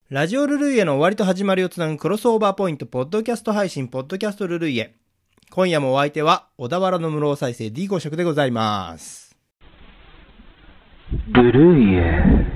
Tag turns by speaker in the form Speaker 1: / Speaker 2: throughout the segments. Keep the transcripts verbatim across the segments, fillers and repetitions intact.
Speaker 1: ラジオルルイエの終わりと始まりをつなぐクロスオーバーポイントポッドキャスト配信ポッドキャストルルイエ。今夜もお相手は小田原の無労再生 D 公職でございます。
Speaker 2: ルルイエ。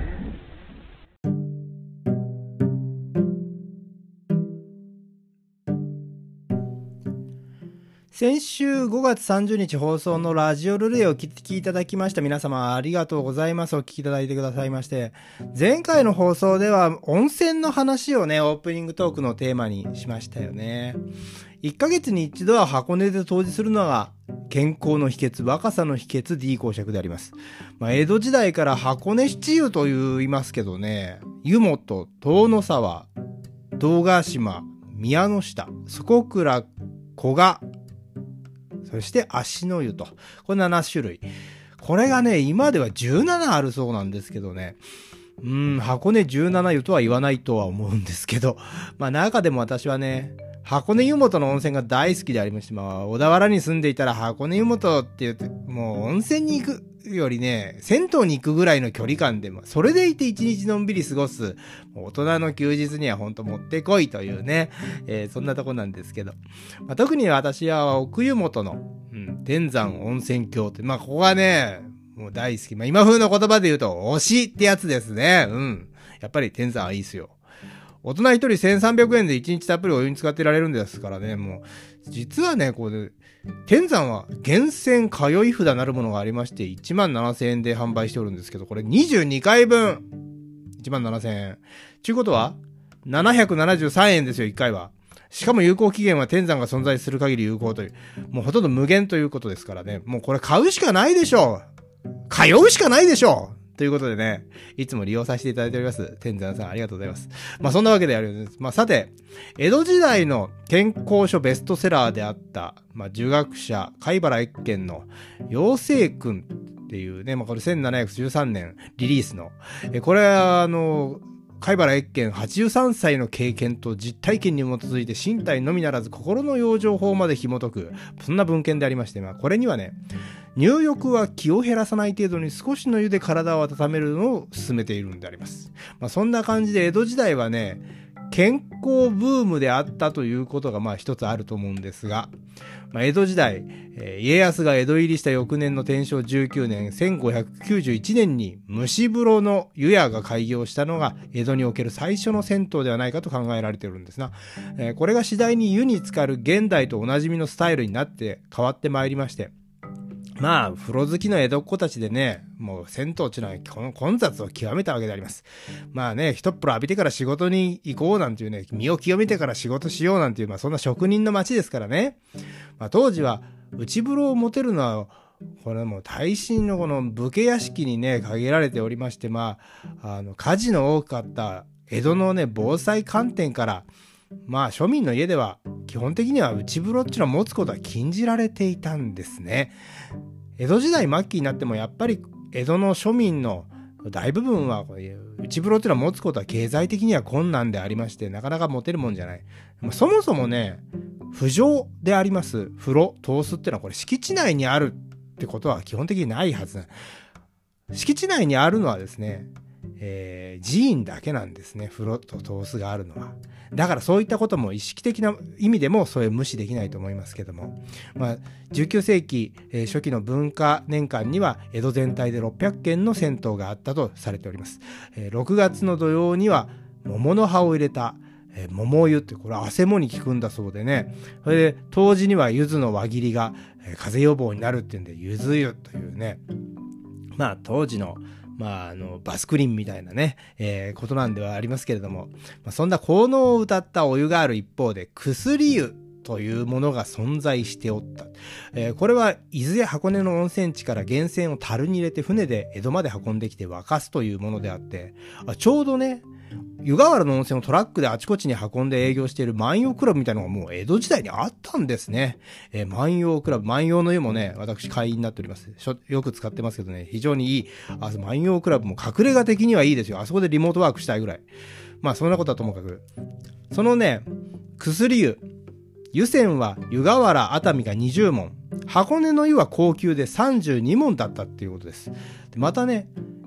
Speaker 1: 先週ごがつさんじゅうにち放送のラジオルルエをお聞きいただきました皆様ありがとうございます。お聞きいただいてくださいまして、前回の放送では温泉の話をねオープニングトークのテーマにしましたよね。いっかげつに一度は箱根で湯治するのが健康の秘訣、若さの秘訣 D 公爵であります。まあ、江戸時代から箱根七湯と言いますけどね、湯本、遠野沢、堂ヶ島、宮の下、底倉、古賀、そして足の湯と、これななしゅるい。これがね、今ではじゅうななあるそうなんですけどね。うーん、箱根じゅうなな湯とは言わないとは思うんですけど、まあ中でも私はね、箱根湯本の温泉が大好きでありまして、まあ小田原に住んでいたら箱根湯本って言って、もう温泉に行くよりね、銭湯に行くぐらいの距離感で、それでいて一日のんびり過ごす、大人の休日にはほんともってこいというね、えー、そんなとこなんですけど、まあ、特に私は奥湯本の、うん、天山温泉郷って、まあここがね、もう大好き。まあ今風の言葉で言うと、推しってやつですね。うん。やっぱり天山はいいっすよ。大人一人せんさんびゃくえんで一日たっぷりお湯に使ってられるんですからね、もう、実はね、こう、天山は源泉通い札なるものがありまして、いちまんななせんえんで販売しておるんですけど、これにじゅうにかいぶん、いちまんななせんえん。ちゅうことは、ななひゃくななじゅうさんえんですよ、いっかいは。しかも有効期限は天山が存在する限り有効という、もうほとんど無限ということですからね、もうこれ買うしかないでしょう。通うしかないでしょう。ということでね、いつも利用させていただいております。天山さんありがとうございます。まあそんなわけであるんです。まあさて、江戸時代の健康書ベストセラーであった、まあ儒学者、貝原益賢の養生訓っていうね、まあこれせんななひゃくじゅうさんねんリリースの、えこれはあの、貝原益賢はちじゅうさんさいの経験と実体験に基づいて身体のみならず心の養生法まで紐解く、そんな文献でありまして、まあこれにはね、入浴は気を減らさない程度に少しの湯で体を温めるのを勧めているんであります。まあそんな感じで江戸時代はね、健康ブームであったということがまあ一つあると思うんですが、まあ、江戸時代、えー、家康が江戸入りした翌年の天正じゅうきゅうねんせんごひゃくきゅうじゅういちねんに蒸し風呂の湯屋が開業したのが江戸における最初の銭湯ではないかと考えられているんですな、えー、これが次第に湯に浸かる現代とおなじみのスタイルになって変わってまいりまして、まあ、風呂好きの江戸っ子たちでね、もう銭湯っていうのはこの混雑を極めたわけであります。まあね、一っ風呂浴びてから仕事に行こうなんていうね、身を清めてから仕事しようなんていう、まあそんな職人の街ですからね。まあ当時は内風呂を持てるのは、これもう大臣のこの武家屋敷にね、限られておりまして、まあ、あの、火事の多かった江戸のね、防災観点から、まあ庶民の家では基本的には内風呂っていうのを持つことは禁じられていたんですね。江戸時代末期になってもやっぱり江戸の庶民の大部分は内風呂っていうのは持つことは経済的には困難でありまして、なかなか持てるもんじゃない。そもそもね、不浄であります風呂通すっていうのはこれ敷地内にあるってことは基本的にないはず。敷地内にあるのはですね、えー、寺院だけなんですね。風呂と通すがあるのは。だからそういったことも意識的な意味でもそれ無視できないと思いますけども、まあ、じゅうきゅうせいき、えー、初期の文化年間には江戸全体でろっぴゃくけんの銭湯があったとされております。えー、ろくがつの土曜には桃の葉を入れた、えー、桃湯ってこれ汗もに効くんだそうでね、それで冬至には柚子の輪切りが、えー、風邪予防になるっていうんで柚子湯というね、まあ当時のまあ、あの、バスクリンみたいなね、えー、ことなんではありますけれども、まあ、そんな効能を謳ったお湯がある一方で、薬湯というものが存在しておった。えー、これは、伊豆や箱根の温泉地から源泉を樽に入れて船で江戸まで運んできて沸かすというものであって、あちょうどね、湯河原の温泉をトラックであちこちに運んで営業している万葉クラブみたいなのがもう江戸時代にあったんですね。えー、万葉クラブ、万葉の湯もね、私会員になっております。よく使ってますけどね、非常にいい。あ、万葉クラブも隠れ家的にはいいですよ。あそこでリモートワークしたいぐらい。まあそんなことはともかく。そのね、薬湯。湯泉は湯河原、熱海がにじゅうもん。箱根の湯は高級でさんじゅうにもんだったっていうことです。でまたね、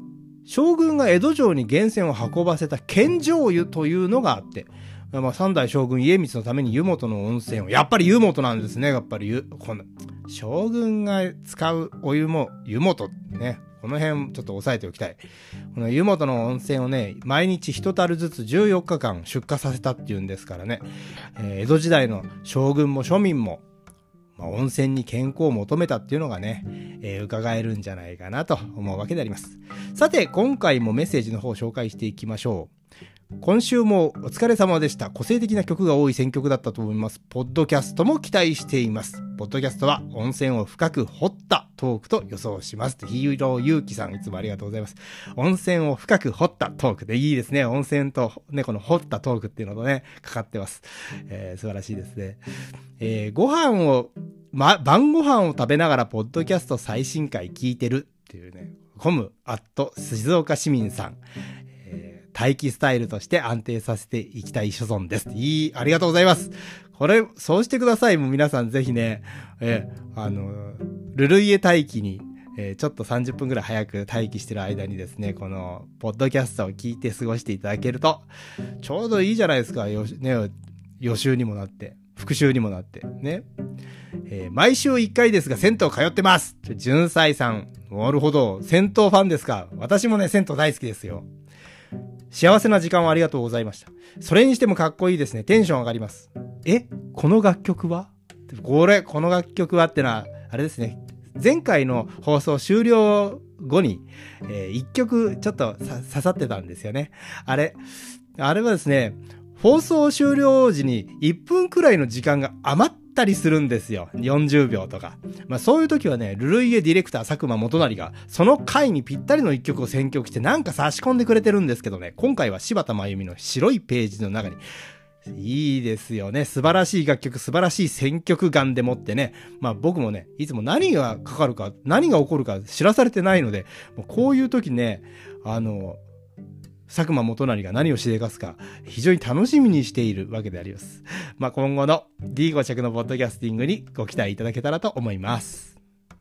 Speaker 1: 将軍が江戸城に源泉を運ばせた献上湯というのがあって、まあ、三代将軍家光のために湯本の温泉を、やっぱり湯本なんですね。やっぱり湯、この将軍が使うお湯も湯本ね。この辺ちょっと押さえておきたい。この湯本の温泉をね、毎日一樽ずつじゅうよっかかん出荷させたっていうんですからね。えー、江戸時代の将軍も庶民も、まあ、温泉に健康を求めたっていうのがね、えー、伺えるんじゃないかなと思うわけであります。さて、今回もメッセージの方を紹介していきましょう。今週もお疲れ様でした。個性的な曲が多い選曲だったと思います。ポッドキャストも期待しています。ポッドキャストは温泉を深く掘ったトークと予想します。ヒーローゆうきさん、いつもありがとうございます。温泉を深く掘ったトークでいいですね。温泉とね、この掘ったトークっていうのとね、かかってます。えー、素晴らしいですね。えー、ご飯を、ま、晩ご飯を食べながらポッドキャスト最新回聞いてるっていうね、コムアット静岡市民さん。待機スタイルとして安定させていきたい所存です。いい、ありがとうございます。これ、そうしてください。もう皆さんぜひね、えー、あの、ルルイエ待機に、えー、ちょっとさんじゅっぷんぐらい早く待機してる間にですね、この、ポッドキャストを聞いて過ごしていただけると、ちょうどいいじゃないですか。よ、ね、予習にもなって、復習にもなって、ね。えー、毎週いっかいですが、銭湯通ってます。じゅんさいさん。なるほど。銭湯ファンですか。私もね、銭湯大好きですよ。幸せな時間をありがとうございました。それにしてもかっこいいですね。テンション上がります。え、この楽曲はこれ、この楽曲はってのは、あれですね。前回の放送終了後に、えー、いっきょくちょっと刺さってたんですよね。あれ、あれはですね、放送終了時にいっぷんくらいの時間が余ったりするんですよ。よんじゅうびょうとか。まあそういう時はね、ルルイエディレクター佐久間元成がその回にぴったりの一曲を選曲してなんか差し込んでくれてるんですけどね、今回は柴田真由美の白いページの中に、いいですよね。素晴らしい楽曲、素晴らしい選曲眼でもってね、まあ僕もね、いつも何がかかるか、何が起こるか知らされてないので、もうこういう時ね、あの、佐久間元成が何をしでかすか非常に楽しみにしているわけであります。まあ今後の D ご着のポッドキャスティングにご期待いただけたらと思います。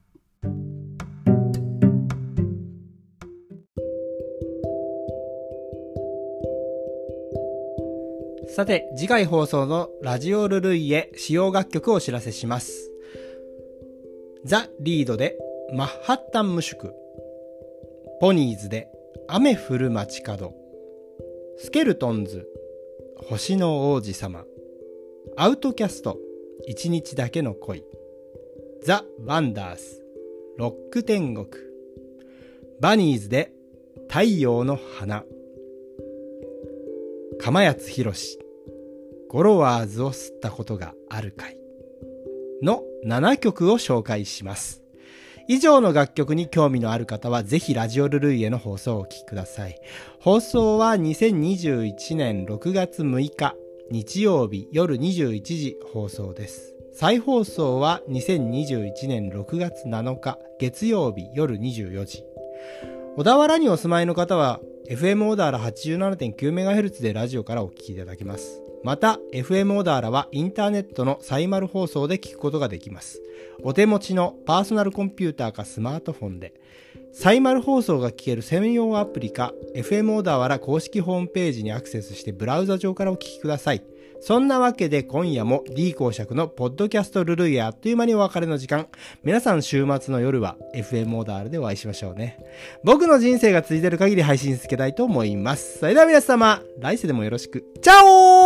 Speaker 1: さて、次回放送のラジオルルイエ使用楽曲をお知らせします。ザ・リードでマッハッタン無宿、ポニーズで雨降る街角、スケルトンズ星の王子様、アウトキャスト一日だけの恋、ザ・ワンダースロック天国、バニーズで太陽の花、釜谷博士ゴロワーズを吸ったことがあるかいのななきょくを紹介します。以上の楽曲に興味のある方はぜひラジオルルイエの放送をお聞きください。放送はにせんにじゅういちねんろくがつむいか日曜日夜にじゅういちじ放送です。再放送はにせんにじゅういちねんろくがつなのか月曜日夜にじゅうよじ。小田原にお住まいの方は エフエム 小田原 はちじゅうななてんきゅうメガヘルツ でラジオからお聞きいただけます。また エフエム 小田原はインターネットのサイマル放送で聞くことができます。お手持ちのパーソナルコンピューターかスマートフォンでサイマル放送が聞ける専用アプリか エフエム 小田原公式ホームページにアクセスしてブラウザ上からお聞きください。そんなわけで今夜も D 公爵のポッドキャストルルイエあっという間にお別れの時間。皆さん週末の夜は エフエム 小田原でお会いしましょうね。僕の人生が続いている限り配信続けたいと思います。それでは皆様来世でもよろしく。チャオー。